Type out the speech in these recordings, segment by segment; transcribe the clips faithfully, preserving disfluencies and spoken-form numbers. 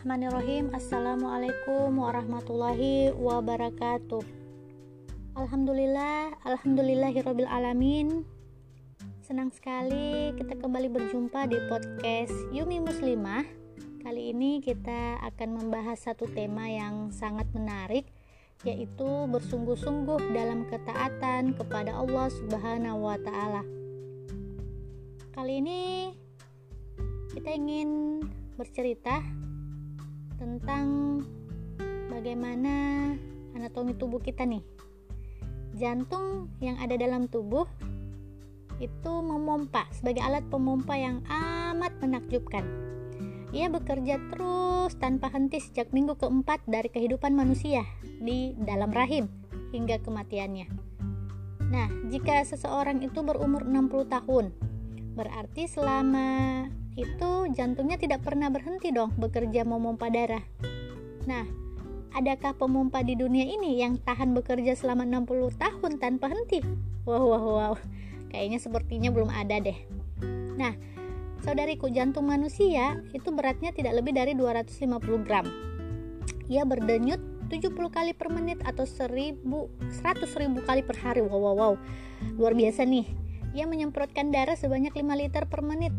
Bismillahirrahmanirrahim. Assalamualaikum warahmatullahi wabarakatuh. Alhamdulillah, alhamdulillahirabbil alamin. Senang sekali kita kembali berjumpa di podcast Yumi Muslimah. Kali ini kita akan membahas satu tema yang sangat menarik, yaitu bersungguh-sungguh dalam ketaatan kepada Allah Subhanahu wa taala. Kali ini kita ingin bercerita tentang bagaimana anatomi tubuh kita nih. Jantung yang ada dalam tubuh itu memompa sebagai alat pemompa yang amat menakjubkan. Ia bekerja terus tanpa henti sejak minggu keempat dari kehidupan manusia di dalam rahim hingga kematiannya. Nah, jika seseorang itu berumur enam puluh tahun, berarti selama itu jantungnya tidak pernah berhenti dong bekerja memompa darah. Nah, adakah pemompa di dunia ini yang tahan bekerja selama enam puluh tahun tanpa henti? Wow, wow, wow. Kayaknya sepertinya belum ada deh. Nah, saudariku, jantung manusia itu beratnya tidak lebih dari dua ratus lima puluh gram. Ia berdenyut tujuh puluh kali per menit atau seribu, seratus ribu kali per hari. Wow, wow, wow. Luar biasa nih. Ia menyemprotkan darah sebanyak lima liter per menit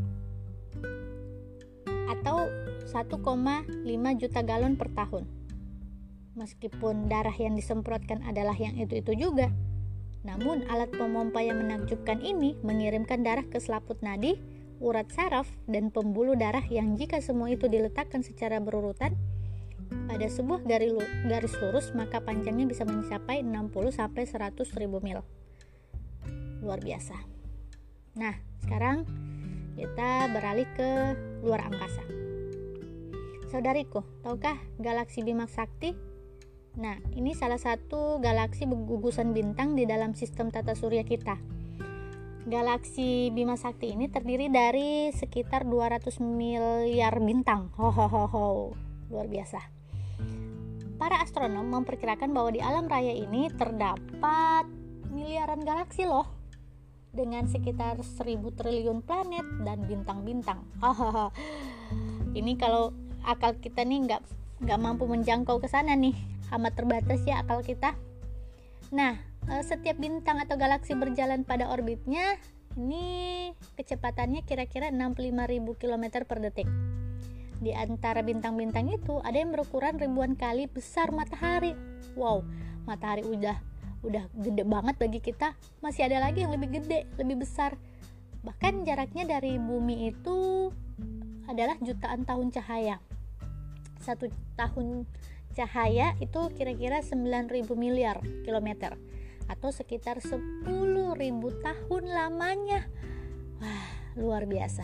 atau satu koma lima juta galon per tahun. Meskipun darah yang disemprotkan adalah yang itu-itu juga, namun alat pemompa yang menakjubkan ini mengirimkan darah ke selaput nadi, urat saraf, dan pembuluh darah yang jika semua itu diletakkan secara berurutan pada sebuah garis lurus, maka panjangnya bisa mencapai enam puluh sampai seratus ribu mil. Luar biasa. Nah, sekarang kita beralih ke luar angkasa. Saudariku, tahukah galaksi Bima Sakti? Nah, ini salah satu galaksi gugusan bintang di dalam sistem tata surya kita. Galaksi Bima Sakti ini terdiri dari sekitar dua ratus miliar bintang. Ho ho ho ho. Luar biasa. Para astronom memperkirakan bahwa di alam raya ini terdapat miliaran galaksi loh, dengan sekitar seribu triliun planet dan bintang-bintang. Oh, ini kalau akal kita nih nggak nggak mampu menjangkau ke sana nih, amat terbatas ya akal kita. Nah, setiap bintang atau galaksi berjalan pada orbitnya ini kecepatannya kira-kira enam puluh lima ribu kilometer per detik. Di antara bintang-bintang itu ada yang berukuran ribuan kali besar matahari. Wow, matahari udah udah gede banget bagi kita, masih ada lagi yang lebih gede, lebih besar. Bahkan jaraknya dari bumi itu adalah jutaan tahun cahaya. Satu tahun cahaya itu kira-kira sembilan ribu miliar kilometer atau sekitar sepuluh ribu tahun lamanya. Wah, luar biasa.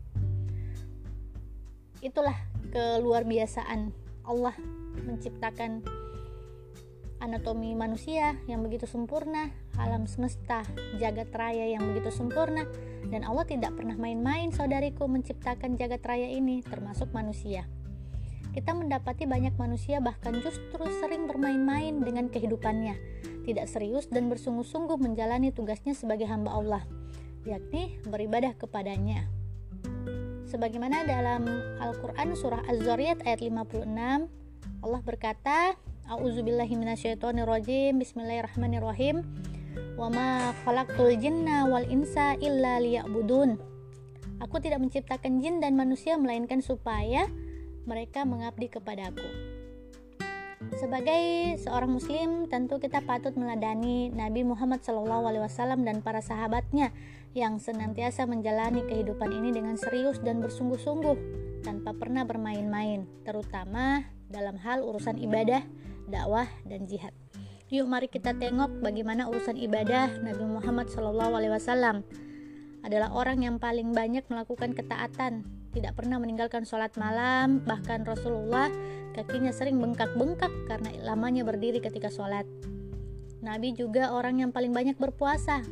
Itulah keluar biasaan Allah menciptakan anatomi manusia yang begitu sempurna, alam semesta, jagat raya yang begitu sempurna, dan Allah tidak pernah main-main, saudariku, menciptakan jagat raya ini, termasuk manusia. Kita mendapati banyak manusia bahkan justru sering bermain-main dengan kehidupannya, tidak serius dan bersungguh-sungguh menjalani tugasnya sebagai hamba Allah, yakni beribadah kepadanya. Sebagaimana dalam Al-Quran surah Az-Zariyat ayat lima puluh enam, Allah berkata, A'udzubillahi minasyaitonirrajim. Bismillahirrahmanirrahim. Wa ma khalaqtul jinna wal insa illa liya'budun. Aku tidak menciptakan jin dan manusia melainkan supaya mereka mengabdi kepadaku. Sebagai seorang muslim, tentu kita patut meladani Nabi Muhammad shallallahu alaihi wasallam dan para sahabatnya yang senantiasa menjalani kehidupan ini dengan serius dan bersungguh-sungguh tanpa pernah bermain-main, terutama dalam hal urusan ibadah, dakwah, dan jihad. Yuk mari kita tengok bagaimana urusan ibadah Nabi Muhammad shallallahu alaihi wasallam. Adalah orang yang paling banyak melakukan ketaatan, tidak pernah meninggalkan sholat malam, bahkan Rasulullah kakinya sering bengkak-bengkak karena lamanya berdiri ketika sholat. Nabi juga orang yang paling banyak berpuasa,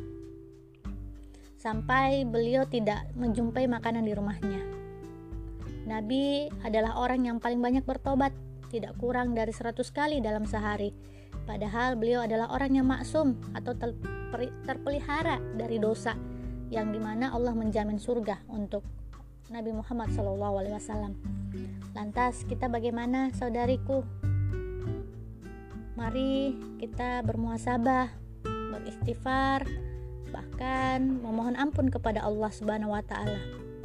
sampai beliau tidak menjumpai makanan di rumahnya. Nabi adalah orang yang paling banyak bertobat, tidak kurang dari seratus kali dalam sehari. Padahal beliau adalah orang yang maksum atau terpelihara dari dosa, yang dimana Allah menjamin surga untuk Nabi Muhammad shallallahu alaihi wasallam. Lantas kita bagaimana, saudariku? Mari kita bermuhasabah, beristighfar, bahkan memohon ampun kepada Allah Subhanahu wa taala.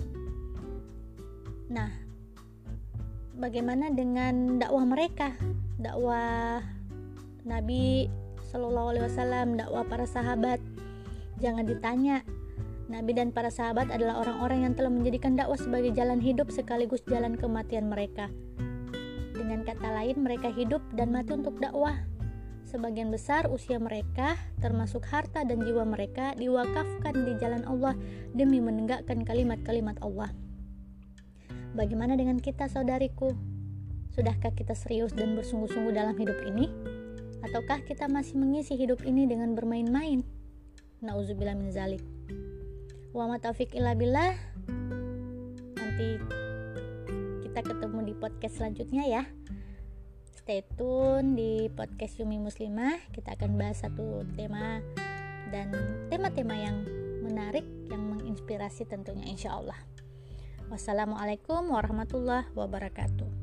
Nah, bagaimana dengan dakwah mereka? Dakwah Nabi Shallallahu Alaihi Wasallam, dakwah para sahabat. Jangan ditanya, Nabi dan para sahabat adalah orang-orang yang telah menjadikan dakwah sebagai jalan hidup sekaligus jalan kematian mereka. Dengan kata lain, mereka hidup dan mati untuk dakwah. Sebagian besar usia mereka, termasuk harta dan jiwa mereka, diwakafkan di jalan Allah demi menegakkan kalimat-kalimat Allah. Bagaimana dengan kita, saudariku? Sudahkah kita serius dan bersungguh-sungguh dalam hidup ini? Ataukah kita masih mengisi hidup ini dengan bermain-main? Nauzubillah min zalik. Wa ma taufiq illa billah. Nanti kita ketemu di podcast selanjutnya ya. Stay tune di podcast Yumi Muslimah. Kita akan bahas satu tema dan tema-tema yang menarik, yang menginspirasi tentunya, insya Allah. Wassalamualaikum warahmatullahi wabarakatuh.